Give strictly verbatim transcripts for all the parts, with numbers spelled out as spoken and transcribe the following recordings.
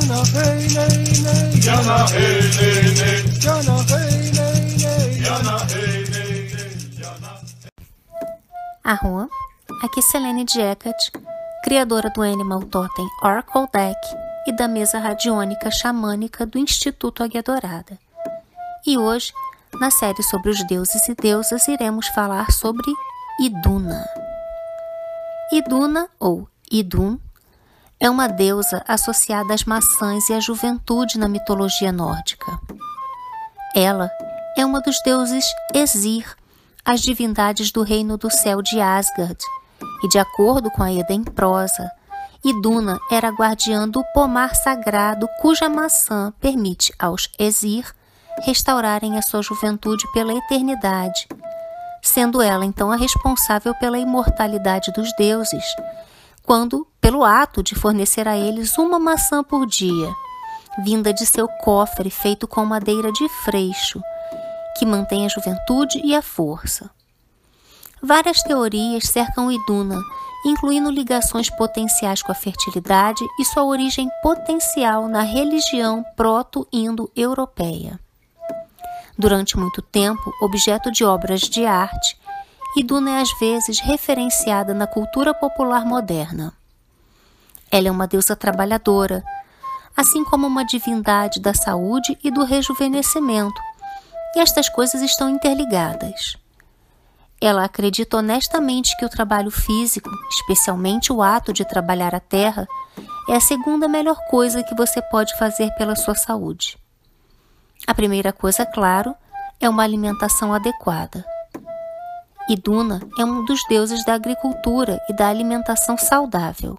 Arro, aqui Selene Jacquet, criadora do Animal Totem Oracle Deck e da mesa radiônica xamânica do Instituto Águia Dourada. E hoje, na série sobre os deuses e deusas, iremos falar sobre Iduna. Iduna, ou Idun, é uma deusa associada às maçãs e à juventude na mitologia nórdica. Ela é uma dos deuses Esir, as divindades do reino do céu de Asgard, e de acordo com a Edda em prosa, Iduna era a guardiã do pomar sagrado cuja maçã permite aos Esir restaurarem a sua juventude pela eternidade, sendo ela então a responsável pela imortalidade dos deuses, quando, pelo ato de fornecer a eles uma maçã por dia, vinda de seu cofre feito com madeira de freixo, que mantém a juventude e a força. Várias teorias cercam Iduna, incluindo ligações potenciais com a fertilidade e sua origem potencial na religião proto-indo-europeia. Durante muito tempo, objeto de obras de arte, Iduna é às vezes referenciada na cultura popular moderna. Ela é uma deusa trabalhadora, assim como uma divindade da saúde e do rejuvenescimento, e estas coisas estão interligadas. Ela acredita honestamente que o trabalho físico, especialmente o ato de trabalhar a terra, é a segunda melhor coisa que você pode fazer pela sua saúde. A primeira coisa, claro, é uma alimentação adequada. Iduna é um dos deuses da agricultura e da alimentação saudável.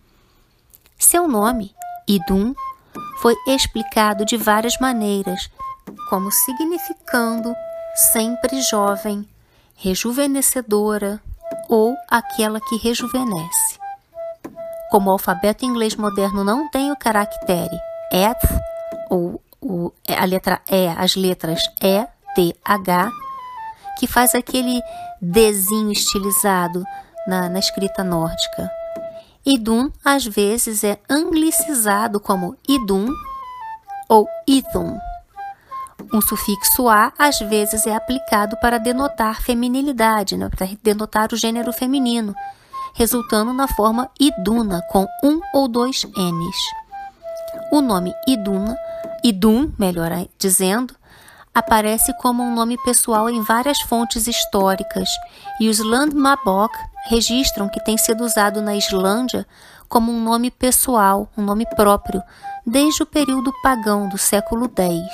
Seu nome, Idun, foi explicado de várias maneiras, como significando sempre jovem, rejuvenescedora ou aquela que rejuvenesce. Como o alfabeto inglês moderno não tem o caractere eth, ou o, a letra E, as letras E, T, H, que faz aquele Dzinho estilizado na, na escrita nórdica. Idun, às vezes, é anglicizado como Idun ou Idun. Um sufixo A, às vezes, é aplicado para denotar feminilidade, né, para denotar o gênero feminino, resultando na forma Iduna, com um ou dois N's. O nome Iduna, Idun, melhor dizendo, aparece como um nome pessoal em várias fontes históricas, e os Landmabok registram que tem sido usado na Islândia como um nome pessoal, um nome próprio, desde o período pagão do século dez.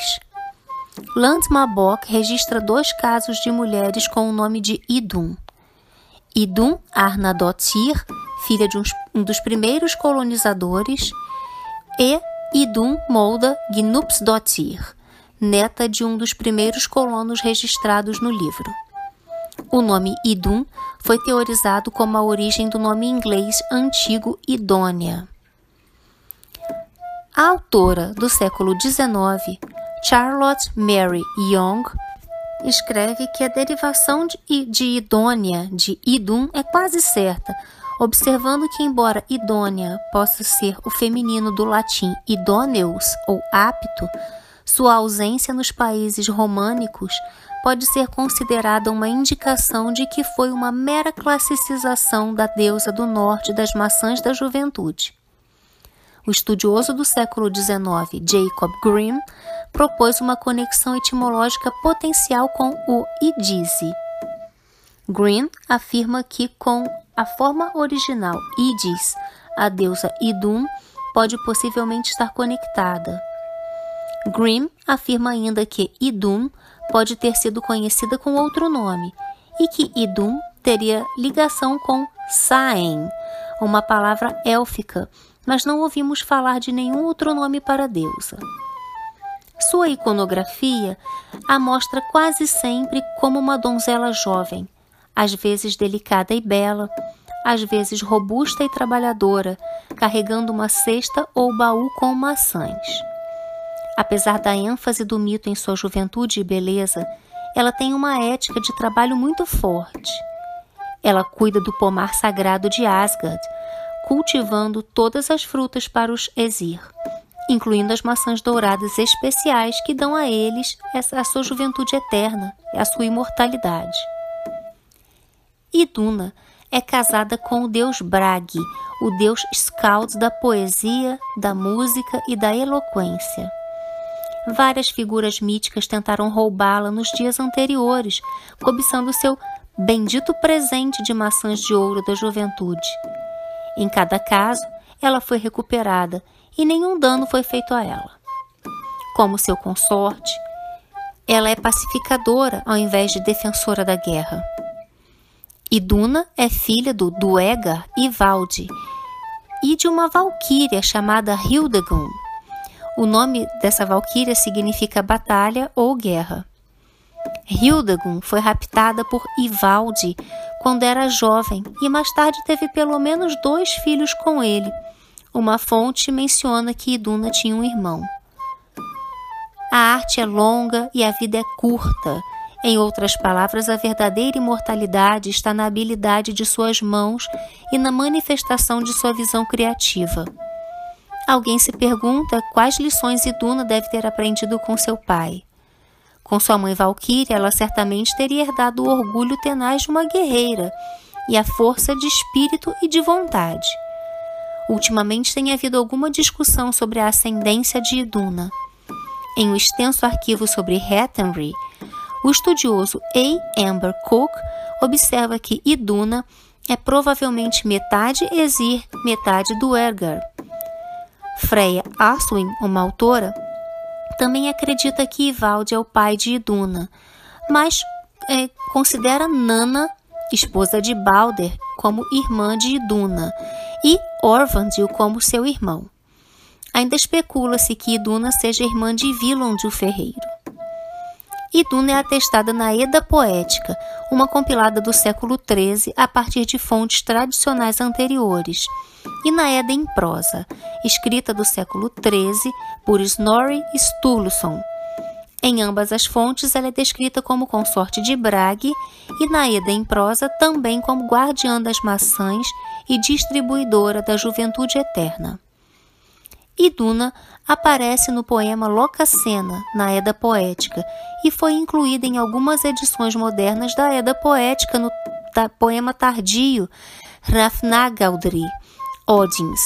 Landmabok registra dois casos de mulheres com o nome de Idun. Idun Arnadottir, filha de um dos primeiros colonizadores, e Idun Molda Gnupsdottir, neta de um dos primeiros colonos registrados no livro. O nome Idun foi teorizado como a origem do nome inglês antigo Idônia. A autora do século dezenove, Charlotte Mary Yonge, escreve que a derivação de, de Idônia de Idun é quase certa, observando que, embora Idônia possa ser o feminino do latim idoneus ou apto, sua ausência nos países românicos pode ser considerada uma indicação de que foi uma mera classicização da deusa do norte das maçãs da juventude. O estudioso do século dezenove, Jacob Grimm, propôs uma conexão etimológica potencial com o Idise. Grimm afirma que, com a forma original Idis, a deusa Idun pode possivelmente estar conectada. Grimm afirma ainda que Idun pode ter sido conhecida com outro nome e que Idun teria ligação com Saen, uma palavra élfica, mas não ouvimos falar de nenhum outro nome para a deusa. Sua iconografia a mostra quase sempre como uma donzela jovem, às vezes delicada e bela, às vezes robusta e trabalhadora, carregando uma cesta ou baú com maçãs. Apesar da ênfase do mito em sua juventude e beleza, ela tem uma ética de trabalho muito forte. Ela cuida do pomar sagrado de Asgard, cultivando todas as frutas para os Esir, incluindo as maçãs douradas especiais que dão a eles a sua juventude eterna, a sua imortalidade. Iduna é casada com o deus Bragi, o deus Skald da poesia, da música e da eloquência. Várias figuras míticas tentaram roubá-la nos dias anteriores, cobiçando seu bendito presente de maçãs de ouro da juventude. Em cada caso, ela foi recuperada e nenhum dano foi feito a ela. Como seu consorte, ela é pacificadora ao invés de defensora da guerra. Iduna é filha do Duergar Ivaldi e de uma valquíria chamada Hildegun. O nome dessa valquíria significa batalha ou guerra. Hildegun foi raptada por Ivaldi quando era jovem e mais tarde teve pelo menos dois filhos com ele. Uma fonte menciona que Iduna tinha um irmão. A arte é longa e a vida é curta. Em outras palavras, a verdadeira imortalidade está na habilidade de suas mãos e na manifestação de sua visão criativa. Alguém se pergunta quais lições Iduna deve ter aprendido com seu pai. Com sua mãe Valquíria, ela certamente teria herdado o orgulho tenaz de uma guerreira e a força de espírito e de vontade. Ultimamente tem havido alguma discussão sobre a ascendência de Iduna. Em um extenso arquivo sobre Hethenry, o estudioso A. Amber Cook observa que Iduna é provavelmente metade Aesir, metade Duergar. Freya Aswin, uma autora, também acredita que Ivaldi é o pai de Iduna, mas é, considera Nanna, esposa de Balder, como irmã de Iduna e Orvandil como seu irmão. Ainda especula-se que Iduna seja irmã de Vilond o Ferreiro. Iduna é atestada na Edda Poética, uma compilada do século treze a partir de fontes tradicionais anteriores, e na Edda em prosa, escrita do século treze por Snorri Sturluson. Em ambas as fontes, ela é descrita como consorte de Bragi e na Edda em prosa também como guardiã das maçãs e distribuidora da juventude eterna. Iduna aparece no poema Lokasenna, na Edda Poética, e foi incluída em algumas edições modernas da Edda Poética no ta, poema tardio Hrafnagaldri Odins.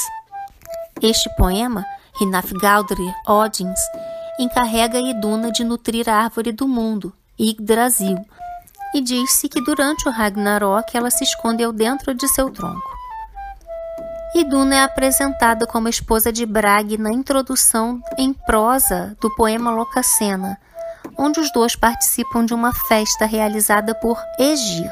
Este poema, Hrafnagaldri Odins, encarrega Iduna de nutrir a árvore do mundo, Yggdrasil, e diz-se que durante o Ragnarok ela se escondeu dentro de seu tronco. Iduna é apresentada como esposa de Bragi na introdução em prosa do poema Lokasenna, onde os dois participam de uma festa realizada por Aegir.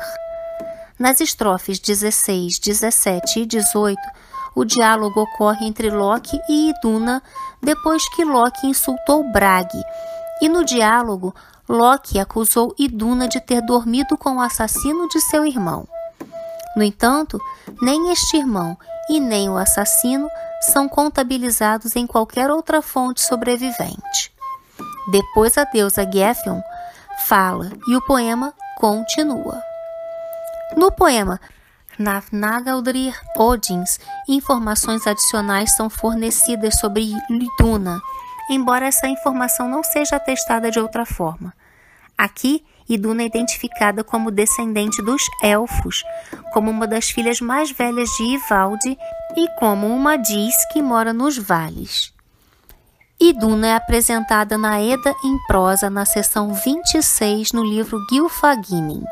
Nas estrofes dezesseis, dezessete e dezoito, o diálogo ocorre entre Loki e Iduna depois que Loki insultou Bragi, e no diálogo, Loki acusou Iduna de ter dormido com o assassino de seu irmão. No entanto, nem este irmão e nem o assassino são contabilizados em qualquer outra fonte sobrevivente. Depois a deusa Gefjon fala e o poema continua. No poema Hrafnagaldr Odins, informações adicionais são fornecidas sobre Iduna, embora essa informação não seja atestada de outra forma. Aqui, Iduna é identificada como descendente dos Elfos, como uma das filhas mais velhas de Ivaldi e como uma Dis que mora nos vales. Iduna é apresentada na Edda em prosa na seção vinte e seis no livro Gylfaginning.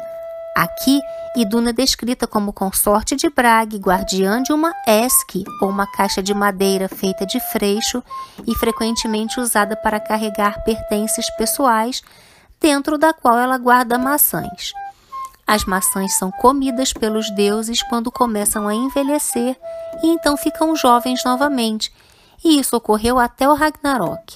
Aqui, Iduna é descrita como consorte de Bragi, guardiã de uma esque, ou uma caixa de madeira feita de freixo e frequentemente usada para carregar pertences pessoais, dentro da qual ela guarda maçãs. As maçãs são comidas pelos deuses quando começam a envelhecer e então ficam jovens novamente, e isso ocorreu até o Ragnarok.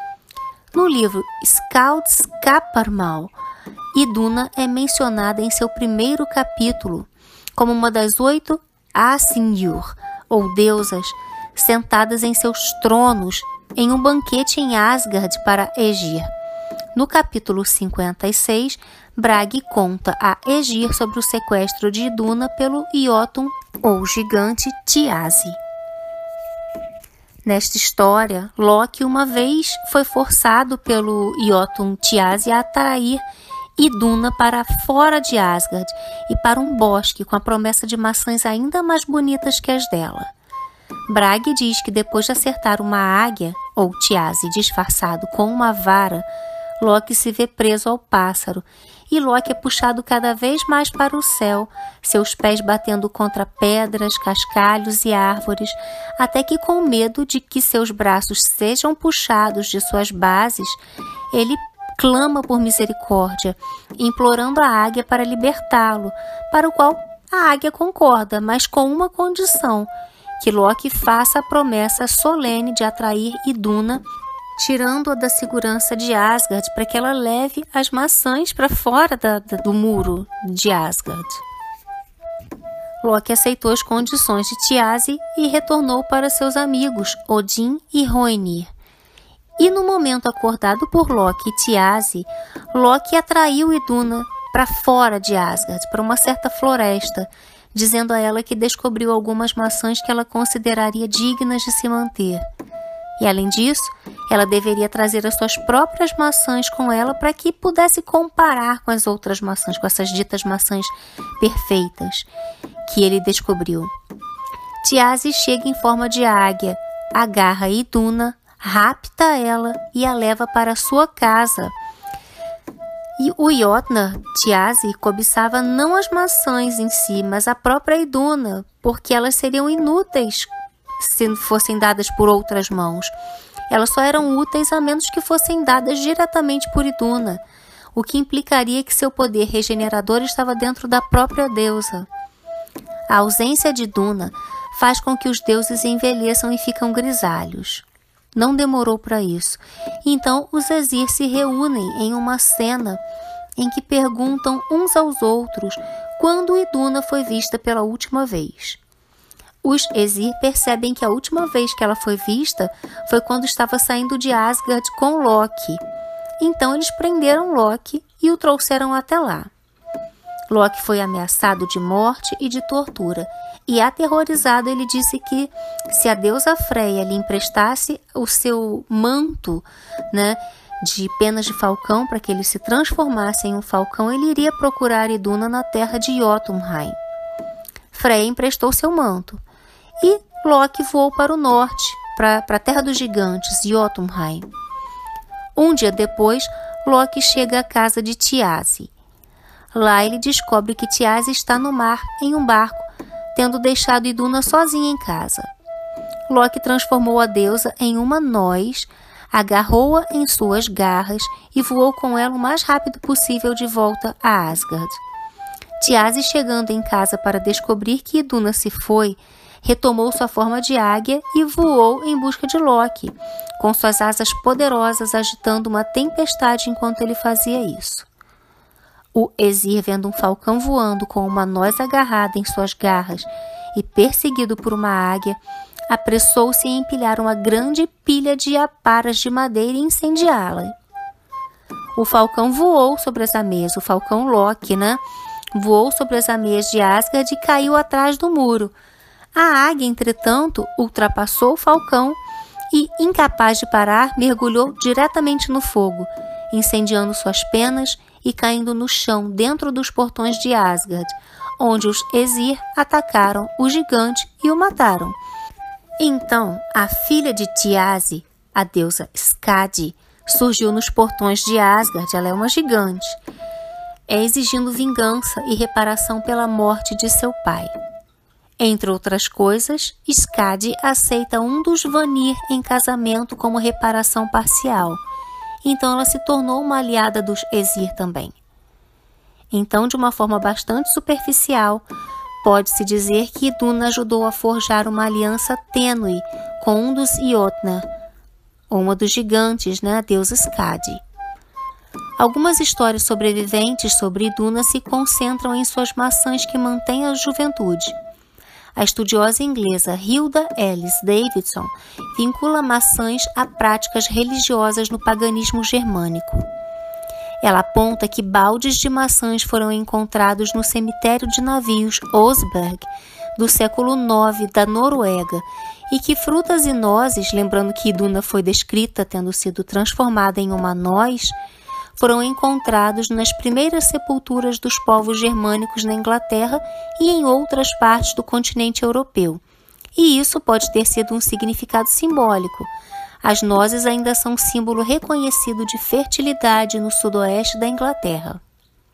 No livro Skaldskaparmal, Iduna é mencionada em seu primeiro capítulo como uma das oito Asinjur, ou deusas, sentadas em seus tronos em um banquete em Asgard para Aegir. No capítulo cinquenta e seis, Bragi conta a Aegir sobre o sequestro de Iduna pelo Jotun, ou gigante Thiazi. Nesta história, Loki uma vez foi forçado pelo Jotun Tiazi a atrair Iduna para fora de Asgard e para um bosque com a promessa de maçãs ainda mais bonitas que as dela. Bragi diz que depois de acertar uma águia, ou Tiazi disfarçado com uma vara, Loki se vê preso ao pássaro e Loki é puxado cada vez mais para o céu, seus pés batendo contra pedras, cascalhos e árvores, até que, com medo de que seus braços sejam puxados de suas bases, ele clama por misericórdia, implorando a águia para libertá-lo, para o qual a águia concorda, mas com uma condição, que Loki faça a promessa solene de atrair Iduna, tirando-a da segurança de Asgard para que ela leve as maçãs para fora da, da, do muro de Asgard. Loki aceitou as condições de Tiazi e retornou para seus amigos Odin e Hoenir. E no momento acordado por Loki e Tiazi, Loki atraiu Iduna para fora de Asgard, para uma certa floresta, dizendo a ela que descobriu algumas maçãs que ela consideraria dignas de se manter. E além disso, ela deveria trazer as suas próprias maçãs com ela para que pudesse comparar com as outras maçãs, com essas ditas maçãs perfeitas que ele descobriu. Tiazi chega em forma de águia, agarra Iduna, rapta ela e a leva para sua casa. E o Jotnar, Tiazi, cobiçava não as maçãs em si, mas a própria Iduna, porque elas seriam inúteis se fossem dadas por outras mãos. Elas só eram úteis a menos que fossem dadas diretamente por Iduna, o que implicaria que seu poder regenerador estava dentro da própria deusa. A ausência de Iduna faz com que os deuses envelheçam e ficam grisalhos. Não demorou para isso. Então os Aesir se reúnem em uma cena em que perguntam uns aos outros quando Iduna foi vista pela última vez. Os Aesir percebem que a última vez que ela foi vista foi quando estava saindo de Asgard com Loki. Então eles prenderam Loki e o trouxeram até lá. Loki foi ameaçado de morte e de tortura, e aterrorizado ele disse que se a deusa Freya lhe emprestasse o seu manto, né, de penas de falcão para que ele se transformasse em um falcão, ele iria procurar Iduna na terra de Jotunheim. Freya emprestou seu manto e Loki voou para o norte, para a terra dos gigantes, Jotunheim. Um dia depois, Loki chega à casa de Tiazi. Lá ele descobre que Tiazi está no mar, em um barco, tendo deixado Iduna sozinha em casa. Loki transformou a deusa em uma noz, agarrou-a em suas garras e voou com ela o mais rápido possível de volta a Asgard. Tiazi, chegando em casa para descobrir que Iduna se foi, retomou sua forma de águia e voou em busca de Loki, com suas asas poderosas agitando uma tempestade enquanto ele fazia isso. O Aesir, vendo um falcão voando com uma noz agarrada em suas garras e perseguido por uma águia, apressou-se em empilhar uma grande pilha de aparas de madeira e incendiá-la. O falcão voou sobre as ameias, o falcão Loki, né? Voou sobre as ameias de Asgard e caiu atrás do muro. A águia, entretanto, ultrapassou o falcão e, incapaz de parar, mergulhou diretamente no fogo, incendiando suas penas e caindo no chão dentro dos portões de Asgard, onde os Aesir atacaram o gigante e o mataram. Então, a filha de Tiazi, a deusa Skadi, surgiu nos portões de Asgard. Ela é uma gigante, é exigindo vingança e reparação pela morte de seu pai. Entre outras coisas, Skadi aceita um dos Vanir em casamento como reparação parcial. Então ela se tornou uma aliada dos Aesir também. Então, de uma forma bastante superficial, pode-se dizer que Iduna ajudou a forjar uma aliança tênue com um dos Jotnar, uma dos gigantes, né, a deusa Skadi. Algumas histórias sobreviventes sobre Iduna se concentram em suas maçãs que mantêm a juventude. A estudiosa inglesa Hilda Ellis Davidson vincula maçãs a práticas religiosas no paganismo germânico. Ela aponta que baldes de maçãs foram encontrados no cemitério de navios Oseberg do século nove da Noruega e que frutas e nozes, lembrando que Iduna foi descrita tendo sido transformada em uma noz, foram encontrados nas primeiras sepulturas dos povos germânicos na Inglaterra e em outras partes do continente europeu. E isso pode ter sido um significado simbólico. As nozes ainda são um símbolo reconhecido de fertilidade no sudoeste da Inglaterra.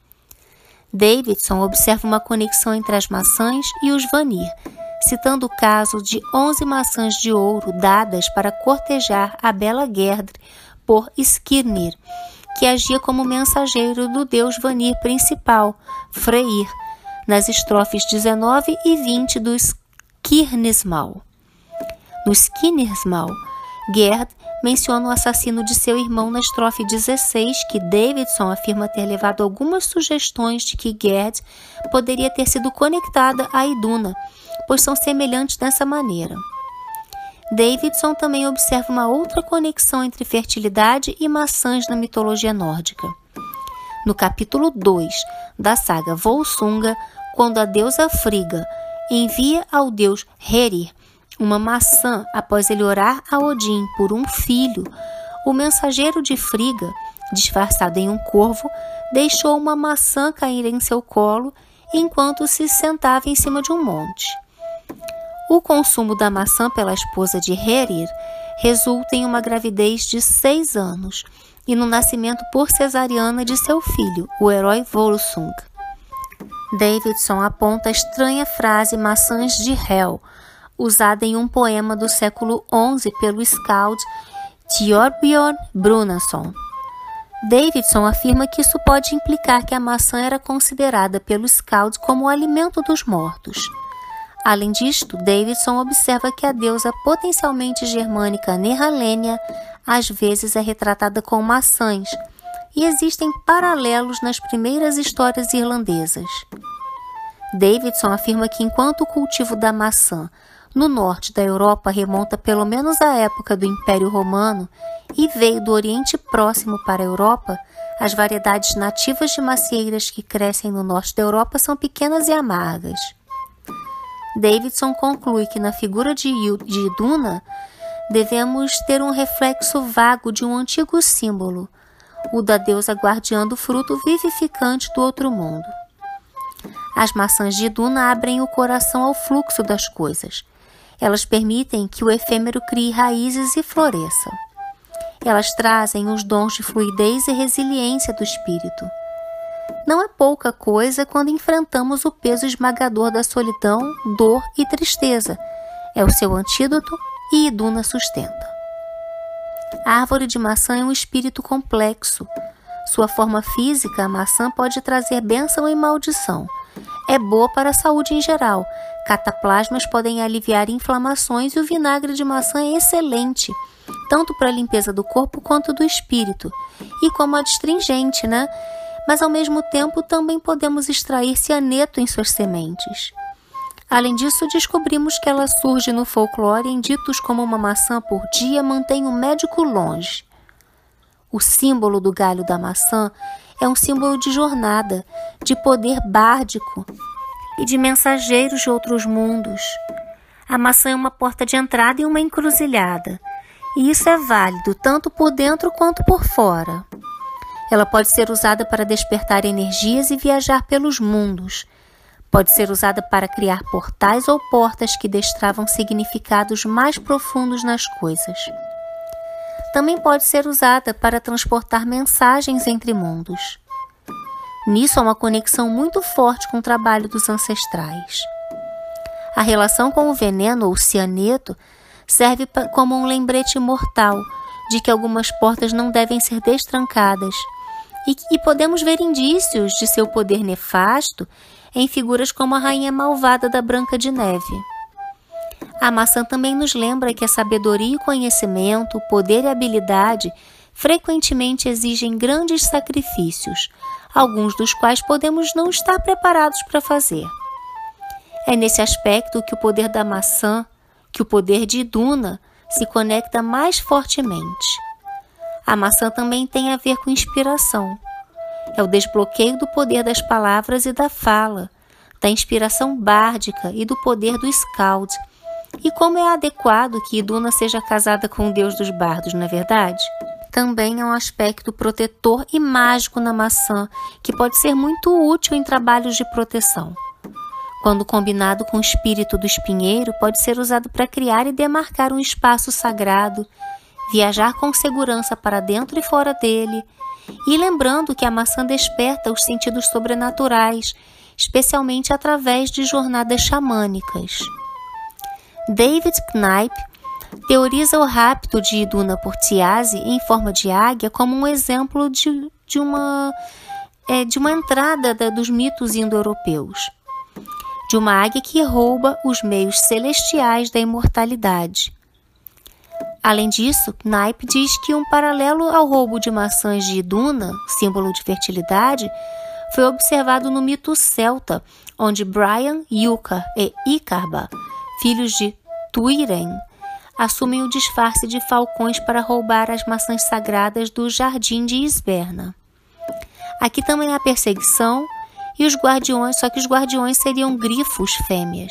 Davidson observa uma conexão entre as maçãs e os Vanir, citando o caso de onze maçãs de ouro dadas para cortejar a bela Gerd por Skirnir, que agia como mensageiro do deus Vanir principal, Freyr, nas estrofes dezenove e vinte do Skirnismal. No Skirnismal, Gerd menciona o assassino de seu irmão na estrofe dezesseis, que Davidson afirma ter levado algumas sugestões de que Gerd poderia ter sido conectada a Iduna, pois são semelhantes dessa maneira. Davidson também observa uma outra conexão entre fertilidade e maçãs na mitologia nórdica. No capítulo dois da saga Volsunga, quando a deusa Frigga envia ao deus Herir uma maçã após ele orar a Odin por um filho, o mensageiro de Frigga, disfarçado em um corvo, deixou uma maçã cair em seu colo enquanto se sentava em cima de um monte. O consumo da maçã pela esposa de Herir resulta em uma gravidez de seis anos e no nascimento por cesariana de seu filho, o herói Volsung. Davidson aponta a estranha frase maçãs de Hel, usada em um poema do século onze pelo Skald Thorbjørn Brunasson. Davidson afirma que isso pode implicar que a maçã era considerada pelo Skald como o alimento dos mortos. Além disto, Davidson observa que a deusa potencialmente germânica Nehalenia às vezes é retratada com maçãs, e existem paralelos nas primeiras histórias irlandesas. Davidson afirma que enquanto o cultivo da maçã no norte da Europa remonta pelo menos à época do Império Romano e veio do Oriente Próximo para a Europa, as variedades nativas de macieiras que crescem no norte da Europa são pequenas e amargas. Davidson conclui que na figura de Iduna devemos ter um reflexo vago de um antigo símbolo, o da deusa guardiã do fruto vivificante do outro mundo. As maçãs de Iduna abrem o coração ao fluxo das coisas. Elas permitem que o efêmero crie raízes e floresça. Elas trazem os dons de fluidez e resiliência do espírito. Não é pouca coisa quando enfrentamos o peso esmagador da solidão, dor e tristeza. É o seu antídoto e Iduna sustenta. A árvore de maçã é um espírito complexo. Sua forma física, a maçã, pode trazer bênção e maldição. É boa para a saúde em geral. Cataplasmas podem aliviar inflamações e o vinagre de maçã é excelente, tanto para a limpeza do corpo quanto do espírito, e como adstringente, né? Mas ao mesmo tempo também podemos extrair cianeto em suas sementes. Além disso, descobrimos que ela surge no folclore em ditos como uma maçã por dia mantém o médico longe. O símbolo do galho da maçã é um símbolo de jornada, de poder bárdico e de mensageiros de outros mundos. A maçã é uma porta de entrada e uma encruzilhada, e isso é válido tanto por dentro quanto por fora. Ela pode ser usada para despertar energias e viajar pelos mundos. Pode ser usada para criar portais ou portas que destravam significados mais profundos nas coisas. Também pode ser usada para transportar mensagens entre mundos. Nisso há uma conexão muito forte com o trabalho dos ancestrais. A relação com o veneno ou cianeto serve como um lembrete mortal de que algumas portas não devem ser destrancadas, e, e podemos ver indícios de seu poder nefasto em figuras como a rainha malvada da Branca de Neve. A maçã também nos lembra que a sabedoria e conhecimento, o poder e a habilidade frequentemente exigem grandes sacrifícios, alguns dos quais podemos não estar preparados para fazer. É nesse aspecto que o poder da maçã, que o poder de Iduna, se conecta mais fortemente. A maçã também tem a ver com inspiração. É o desbloqueio do poder das palavras e da fala, da inspiração bárdica e do poder do Skald, E como é adequado que Iduna seja casada com o deus dos bardos, não é verdade? Também há um aspecto protetor e mágico na maçã, que pode ser muito útil em trabalhos de proteção. Quando combinado com o espírito do espinheiro, pode ser usado para criar e demarcar um espaço sagrado, viajar com segurança para dentro e fora dele, e lembrando que a maçã desperta os sentidos sobrenaturais, especialmente através de jornadas xamânicas. David Knipe teoriza o rapto de Iduna por Thiazi em forma de águia como um exemplo de, de, uma, é, de uma entrada da, dos mitos indo-europeus, de uma águia que rouba os meios celestiais da imortalidade. Além disso, Knipe diz que um paralelo ao roubo de maçãs de Iduna, símbolo de fertilidade, foi observado no mito celta, onde Brian, Iuka e Icarba, filhos de Tuiren, assumem o disfarce de falcões para roubar as maçãs sagradas do jardim de Isberna. Aqui também há perseguição e os guardiões, só que os guardiões seriam grifos fêmeas.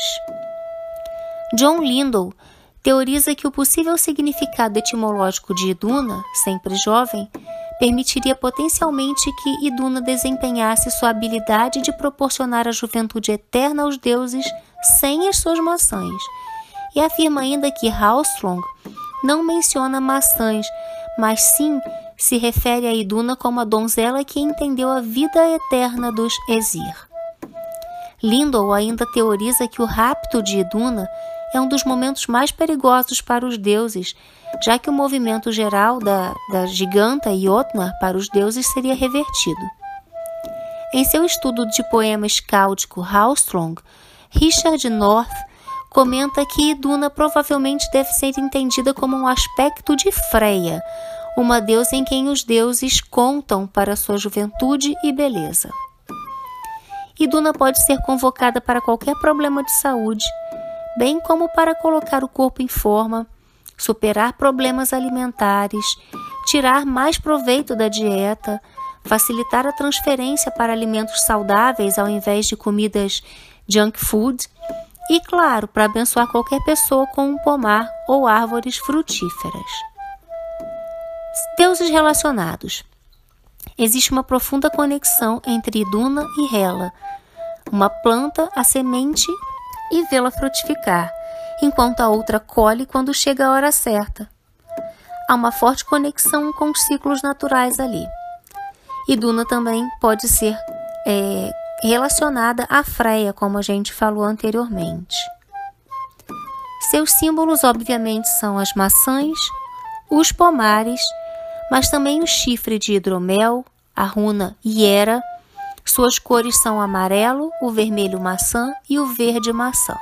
John Lindell teoriza que o possível significado etimológico de Iduna, sempre jovem, permitiria potencialmente que Iduna desempenhasse sua habilidade de proporcionar a juventude eterna aos deuses sem as suas maçãs, e afirma ainda que Halslong não menciona maçãs, mas sim se refere a Iduna como a donzela que entendeu a vida eterna dos Aesir. Lindell ainda teoriza que o rapto de Iduna é um dos momentos mais perigosos para os deuses, já que o movimento geral da, da giganta Jotnar para os deuses seria revertido. Em seu estudo de poema escáldico Halslong, Richard North comenta que Iduna provavelmente deve ser entendida como um aspecto de Freya, uma deusa em quem os deuses contam para sua juventude e beleza. Iduna pode ser convocada para qualquer problema de saúde, bem como para colocar o corpo em forma, superar problemas alimentares, tirar mais proveito da dieta, facilitar a transferência para alimentos saudáveis ao invés de comidas junk food e, claro, para abençoar qualquer pessoa com um pomar ou árvores frutíferas. Deuses relacionados. Existe uma profunda conexão entre Iduna e Hela, uma planta, a semente e vê-la frutificar, enquanto a outra colhe quando chega a hora certa. Há uma forte conexão com os ciclos naturais ali. Iduna também pode ser é, relacionada a Freya, como a gente falou anteriormente. Seus símbolos, obviamente, são as maçãs, os pomares, mas também o chifre de hidromel, a runa Hiera. Suas cores são o amarelo, o vermelho maçã e o verde maçã.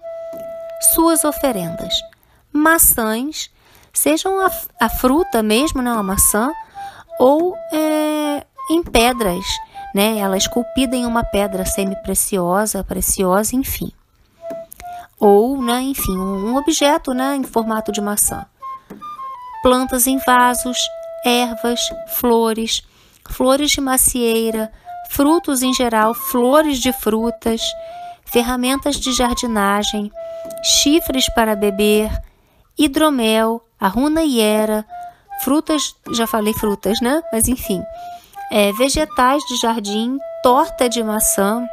Suas oferendas: maçãs, sejam a, a fruta mesmo, né, uma maçã, ou é, em pedras, né, ela esculpida em uma pedra semi-preciosa, preciosa, enfim. Ou, né, enfim, um objeto, né, em formato de maçã. Plantas em vasos, ervas, flores, flores de macieira, frutos em geral, flores de frutas, ferramentas de jardinagem, chifres para beber, hidromel, a runa Hiera, frutas, já falei frutas, né? Mas enfim, é, vegetais de jardim, torta de maçã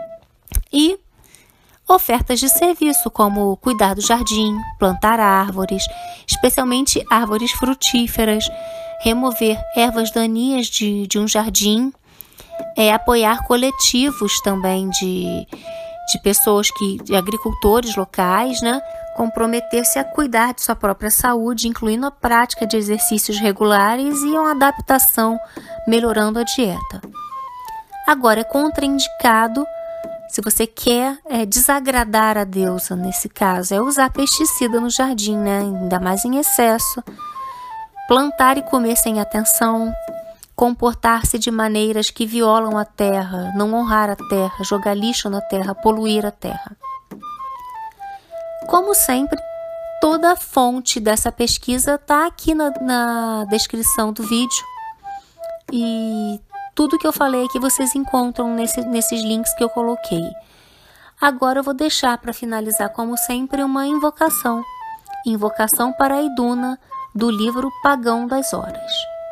e ofertas de serviço, como cuidar do jardim, plantar árvores, especialmente árvores frutíferas, remover ervas daninhas de, de um jardim, é, apoiar coletivos também de, de pessoas, que, de agricultores locais, né? Comprometer-se a cuidar de sua própria saúde, incluindo a prática de exercícios regulares e uma adaptação, melhorando a dieta. Agora, é contraindicado, se você quer é, desagradar a deusa, nesse caso, é usar pesticida no jardim, né? Ainda mais em excesso. Plantar e comer sem atenção, comportar-se de maneiras que violam a terra, não honrar a terra, jogar lixo na terra, poluir a terra. Como sempre, toda a fonte dessa pesquisa está aqui na, na descrição do vídeo. E tudo que eu falei aqui vocês encontram nesse, nesses links que eu coloquei. Agora eu vou deixar para finalizar, como sempre, uma invocação. Invocação para a Iduna, do livro Pagão das Horas.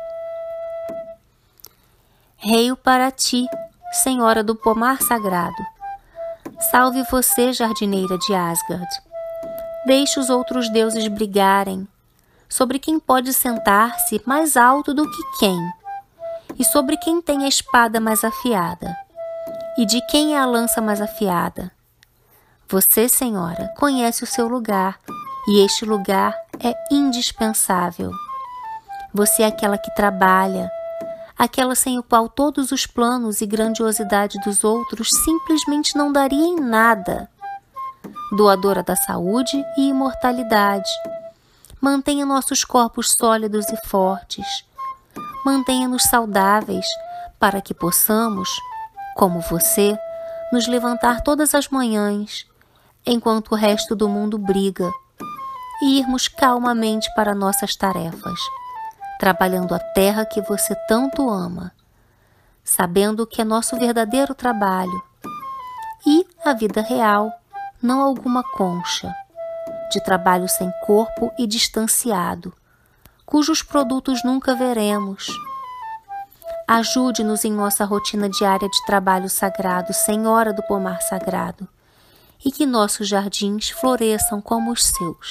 Reio para ti, Senhora do Pomar Sagrado. Salve você, jardineira de Asgard. Deixe os outros deuses brigarem sobre quem pode sentar-se mais alto do que quem, e sobre quem tem a espada mais afiada, e de quem é a lança mais afiada. Você, Senhora, conhece o seu lugar, e este lugar é indispensável. Você é aquela que trabalha, aquela sem o qual todos os planos e grandiosidade dos outros simplesmente não dariam em nada. Doadora da saúde e imortalidade, mantenha nossos corpos sólidos e fortes, mantenha-nos saudáveis para que possamos, como você, nos levantar todas as manhãs, enquanto o resto do mundo briga, e irmos calmamente para nossas tarefas, trabalhando a terra que você tanto ama, sabendo que é nosso verdadeiro trabalho, e a vida real, não alguma concha, de trabalho sem corpo e distanciado, cujos produtos nunca veremos. Ajude-nos em nossa rotina diária de trabalho sagrado, Senhora do Pomar Sagrado, e que nossos jardins floresçam como os seus.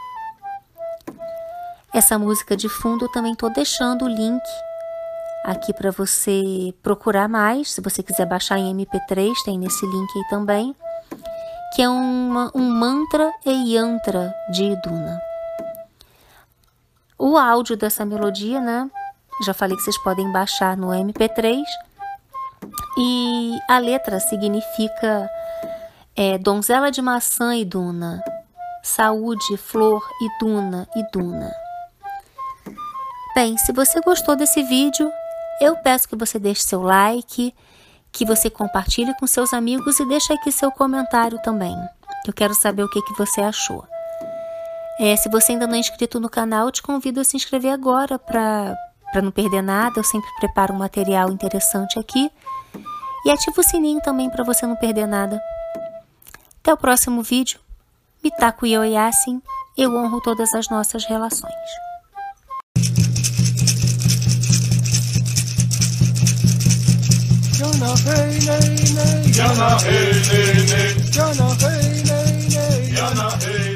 Essa música de fundo eu também estou deixando o link aqui para você procurar mais. Se você quiser baixar em M P três, tem nesse link aí também, que é uma, um mantra e yantra de Iduna. O áudio dessa melodia, né? Já falei que vocês podem baixar no M P três. E a letra significa é, donzela de maçã Iduna, saúde, flor, Iduna, Iduna. Bem, se você gostou desse vídeo, eu peço que você deixe seu like, que você compartilhe com seus amigos e deixe aqui seu comentário também. Eu quero saber o que, que você achou. É, se você ainda não é inscrito no canal, eu te convido a se inscrever agora para para não perder nada. Eu sempre preparo um material interessante aqui. E ativa o sininho também para você não perder nada. Até o próximo vídeo. Mitaku Ioiasin, eu honro todas as nossas relações. Yana hey nay nay, Yana hey nay nay, Yana hey nay nay, Yana hey.